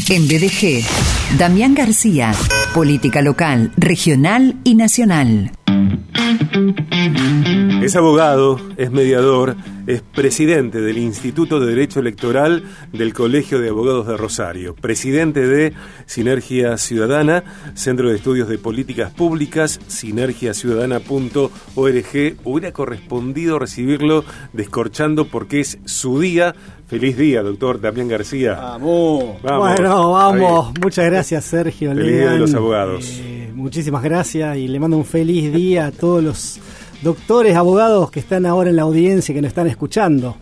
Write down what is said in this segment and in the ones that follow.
En BDG, Damián García, política local, regional y nacional. Es abogado, es mediador, es presidente del Instituto de Derecho Electoral del Colegio de Abogados de Rosario, presidente de Sinergia Ciudadana, Centro de Estudios de Políticas Públicas, sinergiaciudadana.org. Hubiera correspondido recibirlo descorchando porque es su día. Feliz día, doctor Damián García. Vamos. Bueno, vamos. Muchas gracias, Sergio. Feliz día de los abogados. Muchísimas gracias y le mando un feliz día a todos los doctores, abogados que están ahora en la audiencia, que nos están escuchando.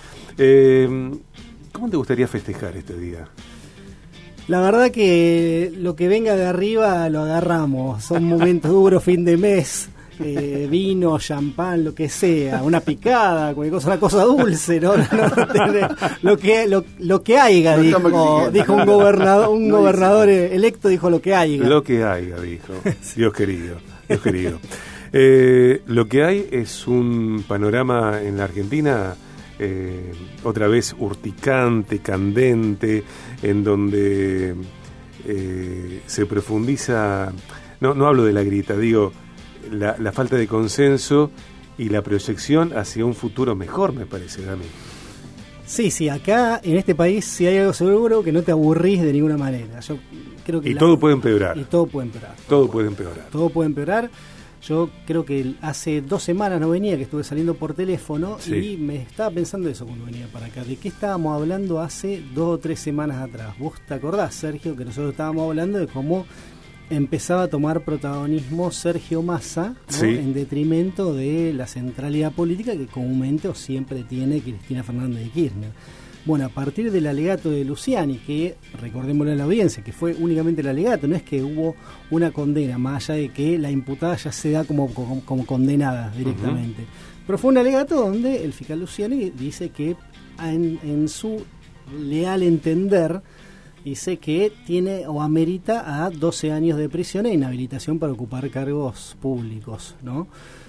¿Cómo te gustaría festejar este día? La verdad que lo que venga de arriba lo agarramos. Son momentos duros, fin de mes. Vino, champán, lo que sea, una picada, cualquier cosa, una cosa dulce, ¿no? Lo que haya, dijo un gobernador electo, dijo lo que haya. Lo que haya, dijo. Dios querido. Lo que hay es un panorama en la Argentina otra vez urticante, candente, en donde se profundiza, no hablo de la grieta, digo la falta de consenso y la proyección hacia un futuro mejor, me parece a mí. Sí, acá en este país si hay algo seguro que no te aburrís de ninguna manera. Yo creo que todo puede empeorar. Todo puede empeorar. Todo puede empeorar. Yo creo que hace 2 semanas no venía, que estuve saliendo por teléfono, sí. Y me estaba pensando eso cuando venía para acá. ¿De qué estábamos hablando hace 2 o 3 semanas atrás? ¿Vos te acordás, Sergio, que nosotros estábamos hablando de cómo empezaba a tomar protagonismo Sergio Massa, ¿no? Sí. En detrimento de la centralidad política que comúnmente o siempre tiene Cristina Fernández de Kirchner? Bueno, a partir del alegato de Luciani, que recordémosle a la audiencia, que fue únicamente el alegato, no es que hubo una condena, más allá de que la imputada ya se da como condenada directamente. Pero fue un alegato donde el fiscal Luciani dice que en su leal entender dice que tiene o amerita a 12 años de prisión e inhabilitación para ocupar cargos públicos, ¿no?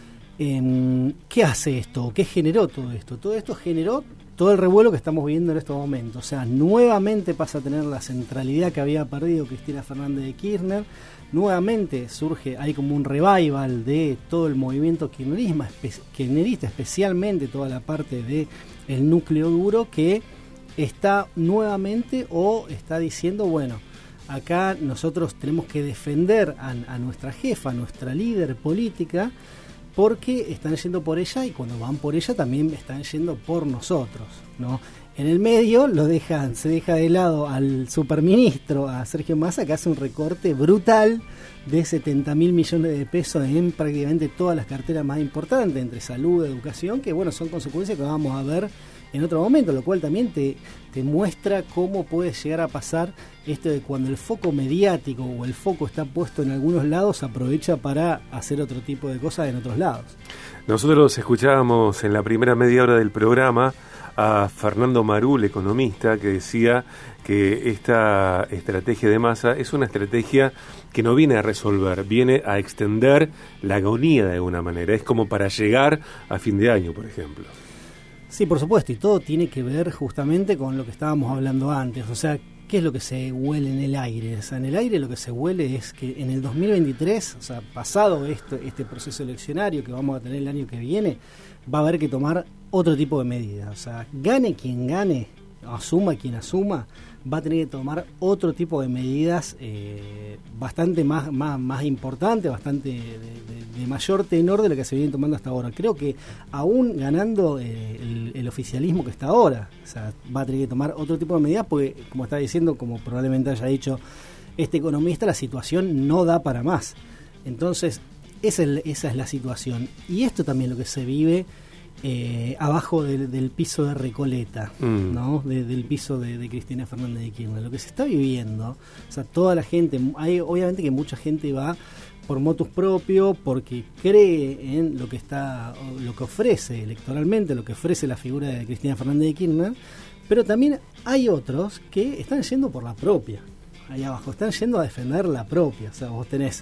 ¿Qué hace esto? ¿Qué generó todo esto? Todo esto generó todo el revuelo que estamos viendo en estos momentos. O sea, nuevamente pasa a tener la centralidad que había perdido Cristina Fernández de Kirchner. Nuevamente hay como un revival de todo el movimiento kirchnerista, especialmente toda la parte de el núcleo duro que está nuevamente o está diciendo, bueno, acá nosotros tenemos que defender a nuestra jefa, a nuestra líder política, porque están yendo por ella y cuando van por ella también están yendo por nosotros, ¿no? En el medio se deja de lado al superministro, a Sergio Massa, que hace un recorte brutal de 70.000 millones de pesos en prácticamente todas las carteras más importantes, entre salud, educación, que bueno, son consecuencias que vamos a ver en otro momento, lo cual también te muestra cómo puede llegar a pasar esto de cuando el foco mediático o el foco está puesto en algunos lados, aprovecha para hacer otro tipo de cosas en otros lados. Nosotros escuchábamos en la primera media hora del programa a Fernando Marul, economista, que decía que esta estrategia de Massa es una estrategia que no viene a resolver, viene a extender la agonía de alguna manera, es como para llegar a fin de año, por ejemplo. Sí, por supuesto, y todo tiene que ver justamente con lo que estábamos hablando antes, o sea, ¿qué es lo que se huele en el aire? O sea, en el aire lo que se huele es que en el 2023, o sea, pasado este proceso eleccionario que vamos a tener el año que viene, va a haber que tomar otro tipo de medidas, o sea, gane quien gane, asuma quien asuma, va a tener que tomar otro tipo de medidas bastante más importantes, bastante de mayor tenor de lo que se viene tomando hasta ahora. Creo que aún ganando el oficialismo que está ahora, o sea, va a tener que tomar otro tipo de medidas porque, como está diciendo, como probablemente haya dicho este economista, la situación no da para más. Entonces, esa es la situación. Y esto también es lo que se vive abajo del piso de Recoleta, ¿no? Del piso de Cristina Fernández de Kirchner. Lo que se está viviendo, o sea, toda la gente, obviamente que mucha gente va por motus propio, porque cree en lo que ofrece electoralmente, lo que ofrece la figura de Cristina Fernández de Kirchner, pero también hay otros que están yendo por la propia, ahí abajo, están yendo a defender la propia. O sea, vos tenés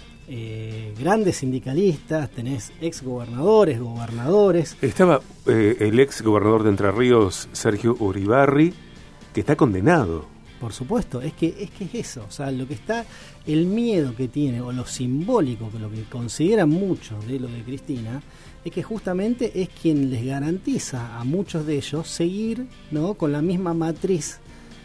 grandes sindicalistas, tenés exgobernadores, gobernadores. Estaba el ex gobernador de Entre Ríos, Sergio Uribarri, que está condenado Por supuesto, es que es eso, o sea, lo que está, el miedo que tiene, o lo simbólico, que lo que consideran muchos de lo de Cristina, es que justamente es quien les garantiza a muchos de ellos seguir, ¿no?, con la misma matriz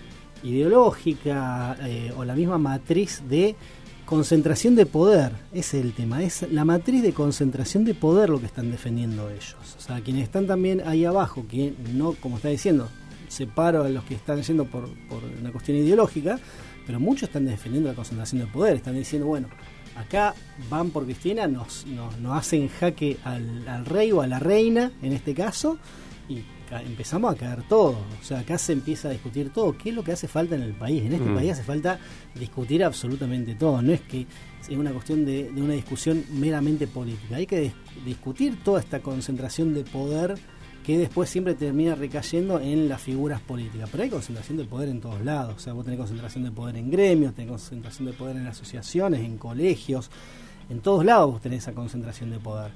ideológica o la misma matriz de concentración de poder. Ese es el tema, es la matriz de concentración de poder lo que están defendiendo ellos. O sea, quienes están también ahí abajo, que no, como está diciendo, separo a los que están yendo por una cuestión ideológica, pero muchos están defendiendo la concentración de poder, están diciendo, bueno, acá van por Cristina, nos hacen jaque al rey o a la reina, en este caso, y empezamos a caer todo. O sea, acá se empieza a discutir todo. ¿Qué es lo que hace falta en el país? En este país hace falta discutir absolutamente todo. No es que es una cuestión de una discusión meramente política. Hay que discutir toda esta concentración de poder que después siempre termina recayendo en las figuras políticas. Pero hay concentración de poder en todos lados. O sea, vos tenés concentración de poder en gremios, tenés concentración de poder en asociaciones, en colegios. En todos lados vos tenés esa concentración de poder.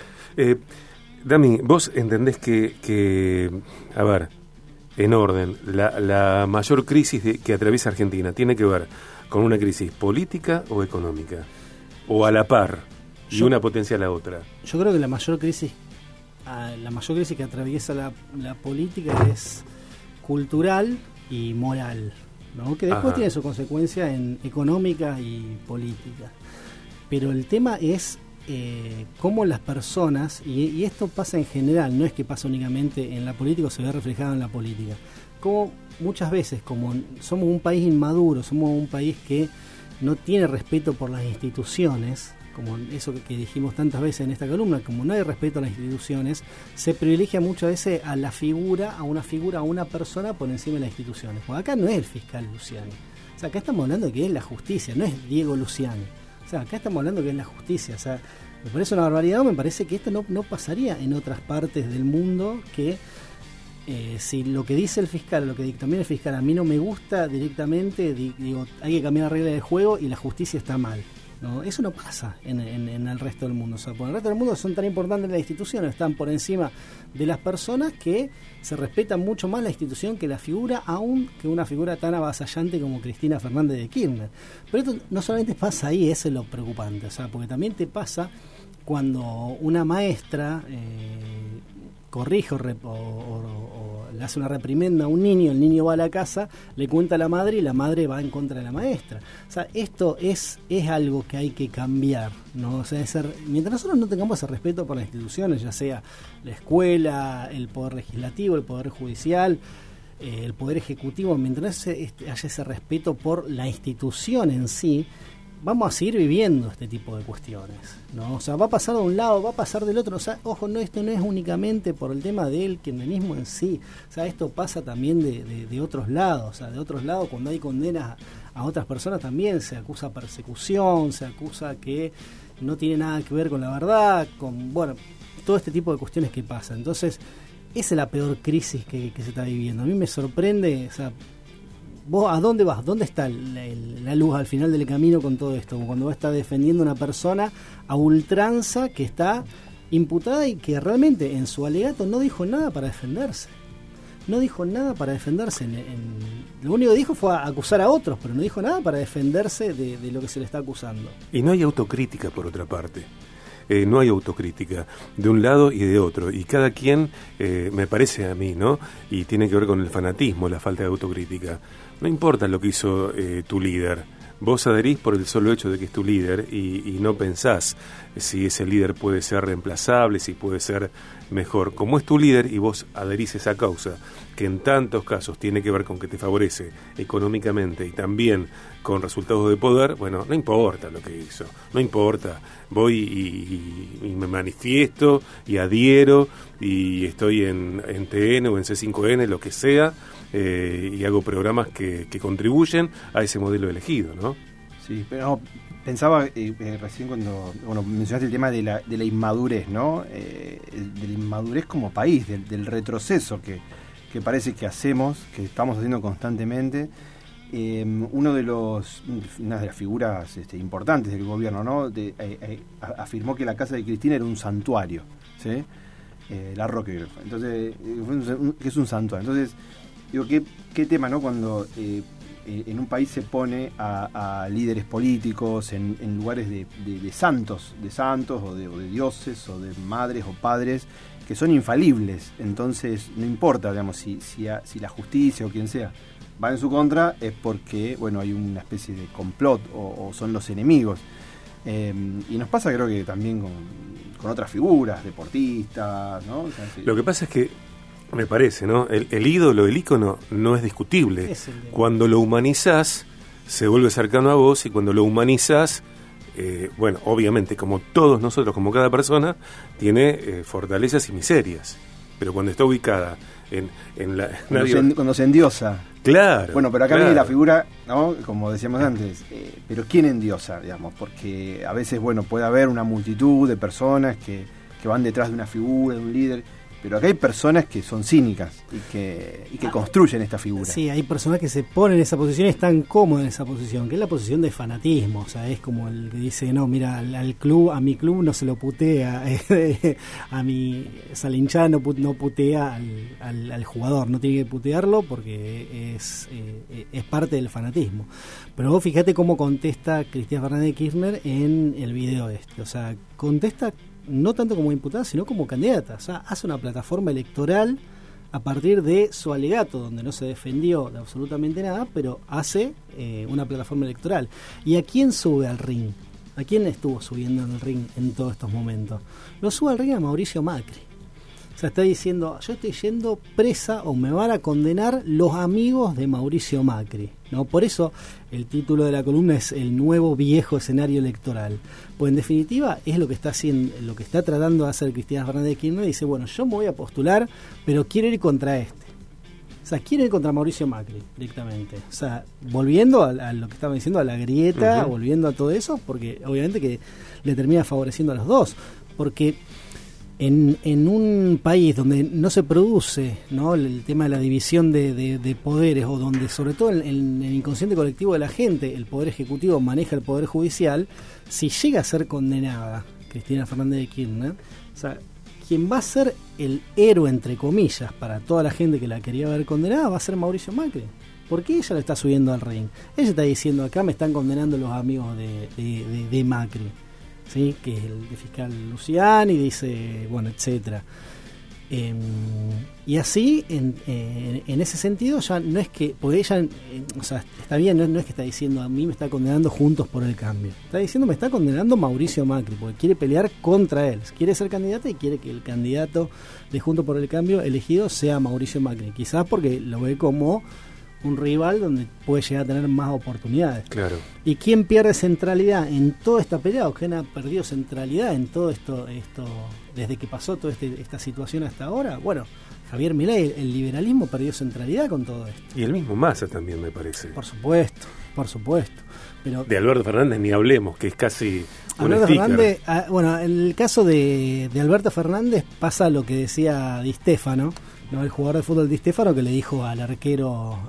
Dami, vos entendés que a ver, en orden, la mayor crisis que atraviesa Argentina tiene que ver con una crisis política o económica, o a la par, y una potencia a la otra. Yo creo que la mayor crisis que atraviesa la política es cultural y moral, ¿no?, que después tiene su consecuencia en económica y política. Pero el tema es cómo las personas, y esto pasa en general, no es que pasa únicamente en la política o se ve reflejado en la política, como muchas veces, como somos un país inmaduro, somos un país que no tiene respeto por las instituciones, como eso que dijimos tantas veces en esta columna, como no hay respeto a las instituciones, se privilegia muchas veces a una persona por encima de las instituciones. Porque acá no es el fiscal Luciani, o sea, acá estamos hablando de que es la justicia, no es Diego Luciani. O sea, acá estamos hablando que es la justicia. O sea, me parece una barbaridad, me parece que esto no pasaría en otras partes del mundo, que si lo que dice el fiscal, lo que dictamina el fiscal, a mí no me gusta directamente, digo, hay que cambiar la regla del juego y la justicia está mal. No, eso no pasa en el resto del mundo. O sea, por el resto del mundo son tan importantes las instituciones, están por encima de las personas, que se respeta mucho más la institución que la figura, aún que una figura tan avasallante como Cristina Fernández de Kirchner. Pero esto no solamente pasa ahí, eso es lo preocupante, o sea, porque también te pasa cuando una maestra corrige o le hace una reprimenda a un niño, el niño va a la casa, le cuenta a la madre y la madre va en contra de la maestra. O sea, esto es algo que hay que cambiar, ¿no? O sea, mientras nosotros no tengamos ese respeto por las instituciones, ya sea la escuela, el poder legislativo, el poder judicial, el poder ejecutivo, mientras haya ese respeto por la institución en sí, vamos a seguir viviendo este tipo de cuestiones, ¿no? O sea, va a pasar de un lado, va a pasar del otro. O sea, ojo, esto no es únicamente por el tema del kirchnerismo en sí. O sea, esto pasa también de otros lados. O sea, de otros lados, cuando hay condenas a otras personas, también se acusa persecución, se acusa que no tiene nada que ver con la verdad, bueno, todo este tipo de cuestiones que pasan. Entonces, esa es la peor crisis que se está viviendo. A mí me sorprende, o sea, ¿vos a dónde vas? ¿Dónde está la luz al final del camino con todo esto? Cuando vos estás defendiendo a una persona a ultranza que está imputada y que realmente en su alegato no dijo nada para defenderse. No dijo nada para defenderse. Lo único que dijo fue acusar a otros, pero no dijo nada para defenderse de lo que se le está acusando. Y no hay autocrítica, por otra parte. No hay autocrítica de un lado y de otro, y cada quien, me parece a mí, ¿no?, y tiene que ver con el fanatismo, la falta de autocrítica. No importa lo que hizo tu líder, vos adherís por el solo hecho de que es tu líder y no pensás si ese líder puede ser reemplazable, si puede ser mejor. Como es tu líder y vos adherís a esa causa, que en tantos casos tiene que ver con que te favorece económicamente y también con resultados de poder, bueno, no importa lo que hizo, no importa, voy y me manifiesto y adhiero y estoy en TN o en C5N, lo que sea, y hago programas que contribuyen a ese modelo elegido, ¿no? Sí, pero pensaba recién cuando mencionaste el tema de la inmadurez, ¿no? De la inmadurez como país, del retroceso que parece que estamos haciendo constantemente. Una de las figuras importantes del gobierno, ¿no?, afirmó que la casa de Cristina era un santuario, ¿sí? La Roque, entonces, que es un santuario. Entonces, digo, qué tema, ¿no?, cuando en un país se pone a líderes políticos en lugares de santos o de dioses o de madres o padres que son infalibles. Entonces no importa, digamos, si la justicia o quien sea va en su contra, es porque, bueno, hay una especie de complot o son los enemigos. Y nos pasa, creo que también con otras figuras, deportistas, ¿no? O sea, sí. Lo que pasa es que me parece, ¿no? El ídolo, el ícono no es discutible. Cuando lo humanizás, se vuelve cercano a vos, y cuando lo humanizás, bueno, obviamente, como todos nosotros, como cada persona, tiene fortalezas y miserias. Pero cuando está ubicada en la... Cuando se endiosa. Claro. Bueno, pero acá claro. viene la figura, ¿no? Como decíamos antes, pero ¿quién endiosa, digamos? Porque a veces, bueno, puede haber una multitud de personas que van detrás de una figura, de un líder, pero acá hay personas que son cínicas y que construyen esta figura. Sí, hay personas que se ponen en esa posición y están cómodas en esa posición, que es la posición de fanatismo. O sea, es como el que dice, no, mira, a mi club no se lo putea, a la hinchada no putea al jugador, no tiene que putearlo porque es parte del fanatismo. Pero vos fíjate cómo contesta Cristina Fernández de Kirchner en el video este. O sea, contesta no tanto como diputada, sino como candidata. O sea, hace una plataforma electoral a partir de su alegato, donde no se defendió de absolutamente nada, pero hace una plataforma electoral. ¿Y a quién sube al ring? ¿A quién estuvo subiendo en el ring en todos estos momentos? Lo sube al ring a Mauricio Macri. O sea, está diciendo, yo estoy yendo presa o me van a condenar los amigos de Mauricio Macri, ¿no? Por eso el título de la columna es El nuevo viejo escenario electoral. Pues en definitiva es lo que está haciendo, lo que está tratando de hacer Cristina Fernández de Kirchner. Dice, bueno, yo me voy a postular, pero quiero ir contra este. O sea, quiero ir contra Mauricio Macri directamente. O sea, volviendo a lo que estaba diciendo, a la grieta, volviendo a todo eso, porque obviamente que le termina favoreciendo a los dos. Porque en un país donde no se produce, ¿no?, el tema de la división de poderes, o donde sobre todo en el inconsciente colectivo de la gente el poder ejecutivo maneja el poder judicial, si llega a ser condenada Cristina Fernández de Kirchner, o sea, quien va a ser el héroe, entre comillas, para toda la gente que la quería ver condenada va a ser Mauricio Macri. Porque ella le está subiendo al ring. Ella está diciendo, acá me están condenando los amigos de Macri, ¿sí? Que es el fiscal Luciani, dice, bueno, etcétera. Y así, en ese sentido, ya no es que, porque ella, o sea, está bien, no es que está diciendo, a mí me está condenando Juntos por el Cambio. Está diciendo, me está condenando Mauricio Macri, porque quiere pelear contra él. Quiere ser candidata y quiere que el candidato de Juntos por el Cambio elegido sea Mauricio Macri. Quizás porque lo ve como un rival donde puede llegar a tener más oportunidades. Claro. ¿Y quién pierde centralidad en toda esta pelea? ¿Quién ha perdido centralidad en todo esto desde que pasó toda esta situación hasta ahora? Bueno, Javier Milei. El liberalismo perdió centralidad con todo esto. Y el mismo Massa también, me parece. Por supuesto. Pero de Alberto Fernández ni hablemos, que es casi un Alberto sticker. Fernández, bueno, en el caso de Alberto Fernández pasa lo que decía Di Stéfano, ¿no? El jugador de fútbol Di Stéfano, que le dijo al arquero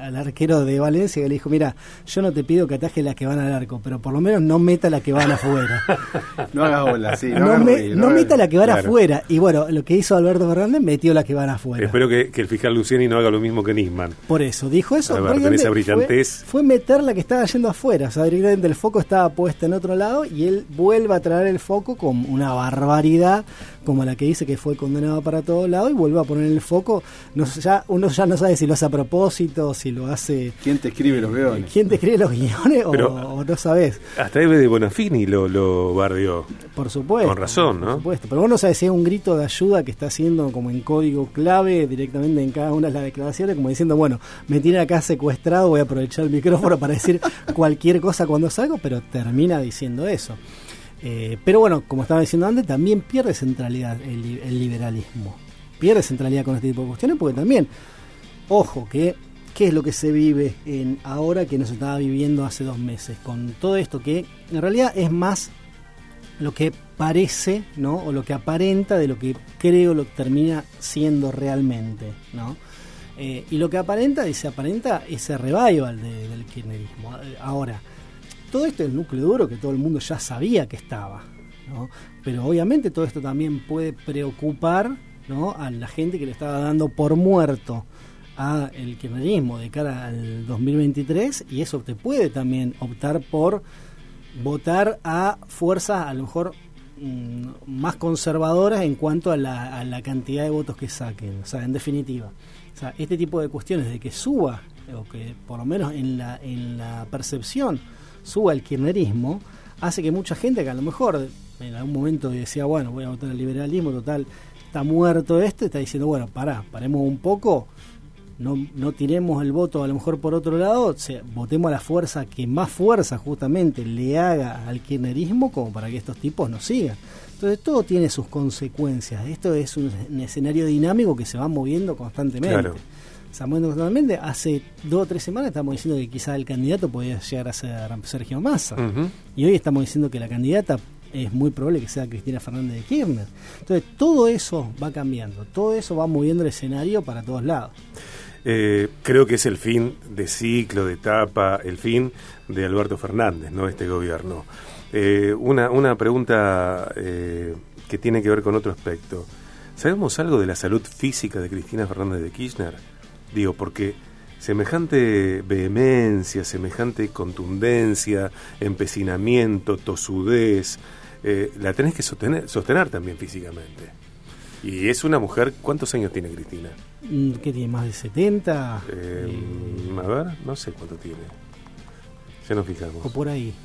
de Valencia, que le dijo, mira, yo no te pido que atajes las que van al arco, pero por lo menos no meta las que van afuera. No hagas bola, sí. No meta las que van claro. afuera. Y bueno, lo que hizo Alberto Fernández, metió las que van afuera. Espero que el fiscal Luciani no haga lo mismo que Nisman. Por eso, dijo eso. Con esa brillantez. Fue meter la que estaba yendo afuera. O sea, directamente el foco estaba puesto en otro lado y él vuelve a traer el foco con una barbaridad como la que dice que fue condenado para todos lados, y vuelve a poner el foco. Uno ya no sabe si lo hace a propósito, si lo hace... ¿Quién te escribe los guiones? ¿Quién te escribe los guiones? O no sabes. Hasta Eve de Bonafini lo bardeó. Por supuesto. Con razón, ¿no? Por supuesto. Pero vos no sabes si es un grito de ayuda que está haciendo como en código clave directamente en cada una de las declaraciones, como diciendo, bueno, me tiene acá secuestrado, voy a aprovechar el micrófono para decir cualquier cosa cuando salgo, pero termina diciendo eso. Pero bueno, como estaba diciendo antes, también pierde centralidad el liberalismo. Pierde centralidad con este tipo de cuestiones, porque también, ojo, ¿qué es lo que se vive ahora que no se estaba viviendo hace 2 meses? Con todo esto que en realidad es más lo que parece, ¿no? O lo que aparenta de lo que creo lo que termina siendo realmente, ¿no? Y lo que aparenta ese revival del kirchnerismo. Ahora, todo esto es el núcleo duro que todo el mundo ya sabía que estaba, ¿no? Pero obviamente todo esto también puede preocupar, ¿no?, a la gente que le estaba dando por muerto a el kirchnerismo de cara al 2023, y eso te puede también optar por votar a fuerzas a lo mejor más conservadoras en cuanto a la cantidad de votos que saquen. O sea, en definitiva, o sea, este tipo de cuestiones de que suba, o que por lo menos en la percepción suba el kirchnerismo, hace que mucha gente que a lo mejor en algún momento decía, bueno, voy a votar al liberalismo, total, está muerto está diciendo, bueno, paremos un poco, no tiremos el voto a lo mejor por otro lado, votemos a la fuerza que más fuerza justamente le haga al kirchnerismo, como para que estos tipos no sigan. Entonces todo tiene sus consecuencias. Esto es un escenario dinámico que se va moviendo constantemente. Claro. Se va moviendo constantemente. Hace 2 o 3 semanas estamos diciendo que quizás el candidato podía llegar a ser Sergio Massa. Uh-huh. Y hoy estamos diciendo que la candidata es muy probable que sea Cristina Fernández de Kirchner. Entonces todo eso va cambiando, todo eso va moviendo el escenario para todos lados. Creo que es el fin de ciclo, de etapa, el fin de Alberto Fernández, ¿no? Este gobierno. Una pregunta que tiene que ver con otro aspecto. ¿Sabemos algo de la salud física de Cristina Fernández de Kirchner? Digo, porque semejante vehemencia, semejante contundencia, empecinamiento, tosudez, la tenés que sostener también físicamente. Y es una mujer, ¿cuántos años tiene Cristina? ¿Qué tiene? ¿Más de 70? A ver, no sé cuánto tiene. Ya nos fijamos. O por ahí.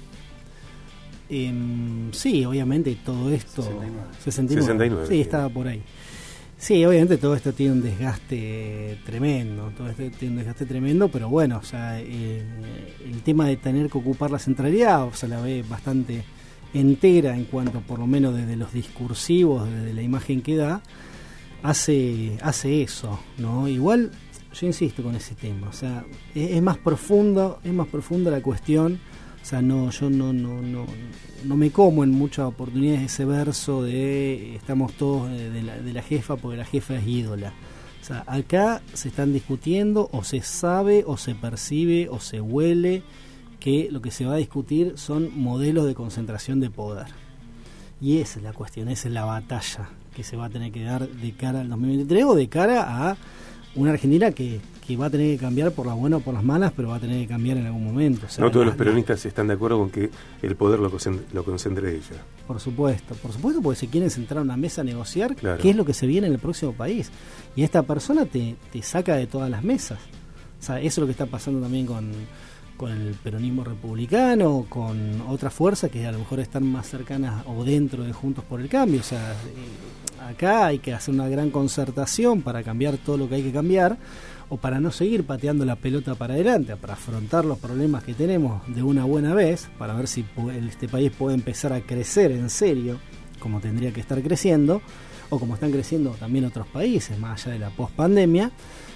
Sí, obviamente todo esto... 69. Sí, estaba por ahí. Sí, obviamente todo esto tiene un desgaste tremendo, pero bueno, o sea, el tema de tener que ocupar la centralidad, o sea, la ve bastante entera en cuanto, por lo menos desde los discursivos, desde la imagen que da, hace eso, ¿no? Igual, yo insisto con ese tema, o sea, es más profunda la cuestión. O sea, yo no me como en muchas oportunidades ese verso de estamos todos de la jefa porque la jefa es ídola. O sea, acá se están discutiendo, o se sabe, o se percibe, o se huele que lo que se va a discutir son modelos de concentración de poder. Y esa es la cuestión, esa es la batalla que se va a tener que dar de cara al 2023 o de cara a una Argentina que va a tener que cambiar por las buenas o por las malas, pero va a tener que cambiar en algún momento. O sea, no todos los peronistas están de acuerdo con que el poder lo concentre ella. Por supuesto, porque se quieren sentar a una mesa a negociar, claro, qué es lo que se viene en el próximo país. Y esta persona te saca de todas las mesas. O sea, eso es lo que está pasando también con el peronismo republicano, con otras fuerzas que a lo mejor están más cercanas o dentro de Juntos por el Cambio. O sea, acá hay que hacer una gran concertación para cambiar todo lo que hay que cambiar, o para no seguir pateando la pelota para adelante, para afrontar los problemas que tenemos de una buena vez, para ver si este país puede empezar a crecer en serio, como tendría que estar creciendo, o como están creciendo también otros países, más allá de la pospandemia.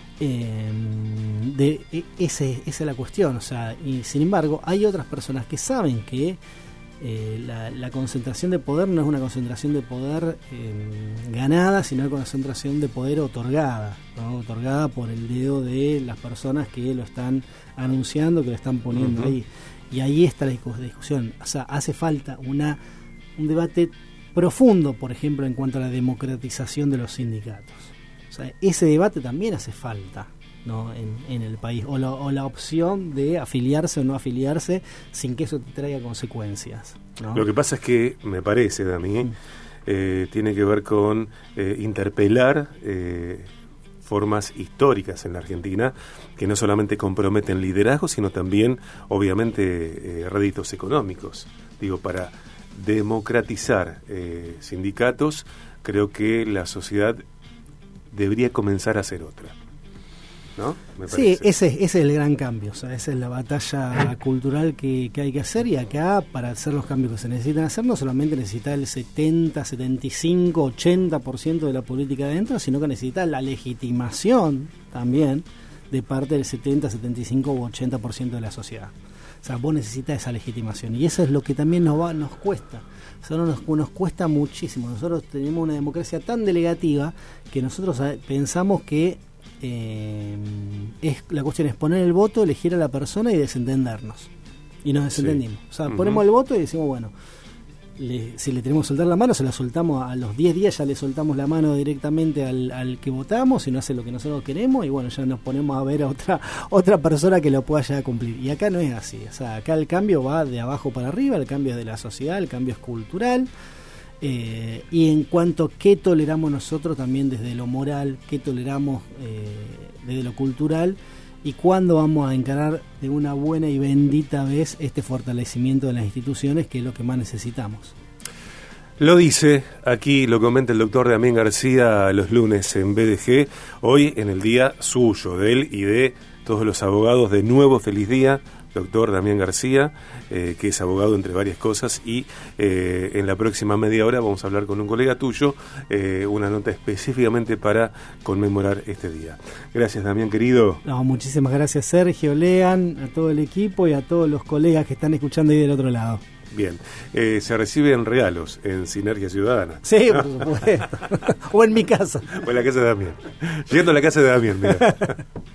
Esa es la cuestión, o sea, y sin embargo hay otras personas que saben que la concentración de poder no es una concentración de poder ganada, sino una concentración de poder otorgada, ¿no? Otorgada por el dedo de las personas que lo están anunciando, que lo están poniendo ahí. Y ahí está la discusión. O sea, hace falta un debate profundo, por ejemplo, en cuanto a la democratización de los sindicatos. O sea, ese debate también hace falta, ¿no? en el país, o la opción de afiliarse o no afiliarse sin que eso te traiga consecuencias, ¿no? Lo que pasa es que, me parece, Dami, tiene que ver con interpelar formas históricas en la Argentina que no solamente comprometen liderazgo, sino también, obviamente, réditos económicos. Digo, para democratizar sindicatos, creo que la sociedad debería comenzar a ser otra, ¿no? Sí, ese es el gran cambio, o sea, esa es la batalla cultural que hay que hacer, y acá, para hacer los cambios que se necesitan hacer, no solamente necesita el 70, 75, 80% de la política adentro, sino que necesita la legitimación también de parte del 70, 75 u 80% de la sociedad. O sea, vos necesitas esa legitimación, y eso es lo que también nos cuesta. O sea, nos cuesta muchísimo. Nosotros tenemos una democracia tan delegativa que nosotros pensamos que la cuestión es poner el voto, elegir a la persona y desentendernos. Y nos desentendimos. O sea, ponemos el voto y decimos, bueno, si le tenemos que soltar la mano, se la soltamos a los 10 días, ya le soltamos la mano directamente al que votamos, si no hace lo que nosotros queremos, y bueno, ya nos ponemos a ver a otra persona que lo pueda ya cumplir. Y acá no es así, o sea, acá el cambio va de abajo para arriba, el cambio es de la sociedad, el cambio es cultural. Y en cuanto a qué toleramos nosotros también desde lo moral, qué toleramos desde lo cultural, y cuándo vamos a encarar de una buena y bendita vez este fortalecimiento de las instituciones, que es lo que más necesitamos. Lo dice, aquí lo comenta el doctor Damián García los lunes en BDG, hoy en el día suyo, de él y de todos los abogados. De nuevo, feliz día, doctor Damián García, que es abogado entre varias cosas, y en la próxima media hora vamos a hablar con un colega tuyo, una nota específicamente para conmemorar este día. Gracias, Damián, querido. No, muchísimas gracias, Sergio, Lean, a todo el equipo y a todos los colegas que están escuchando ahí del otro lado. Bien, se reciben regalos en Sinergia Ciudadana. Sí, por supuesto. O en mi casa. O en la casa de Damián. Yendo a la casa de Damián, mira.